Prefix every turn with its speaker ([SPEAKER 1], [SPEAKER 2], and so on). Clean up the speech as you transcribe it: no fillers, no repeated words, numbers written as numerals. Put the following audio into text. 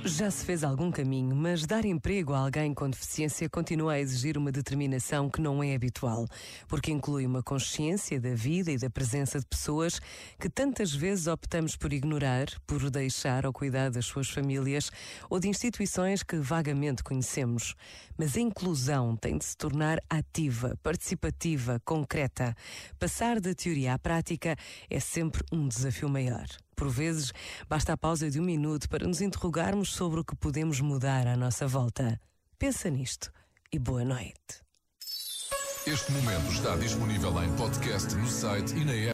[SPEAKER 1] Já se fez algum caminho, mas dar emprego a alguém com deficiência continua a exigir uma determinação que não é habitual, porque inclui uma consciência da vida e da presença de pessoas que tantas vezes optamos por ignorar, por deixar ao cuidado das suas famílias ou de instituições que vagamente conhecemos. Mas a inclusão tem de se tornar ativa, participativa, concreta. Passar da teoria à prática é sempre um desafio maior. Por vezes, basta a pausa de 1 minuto para nos interrogarmos sobre o que podemos mudar à nossa volta. Pensa nisto e boa noite.
[SPEAKER 2] Este momento está disponível em podcast no site e na app.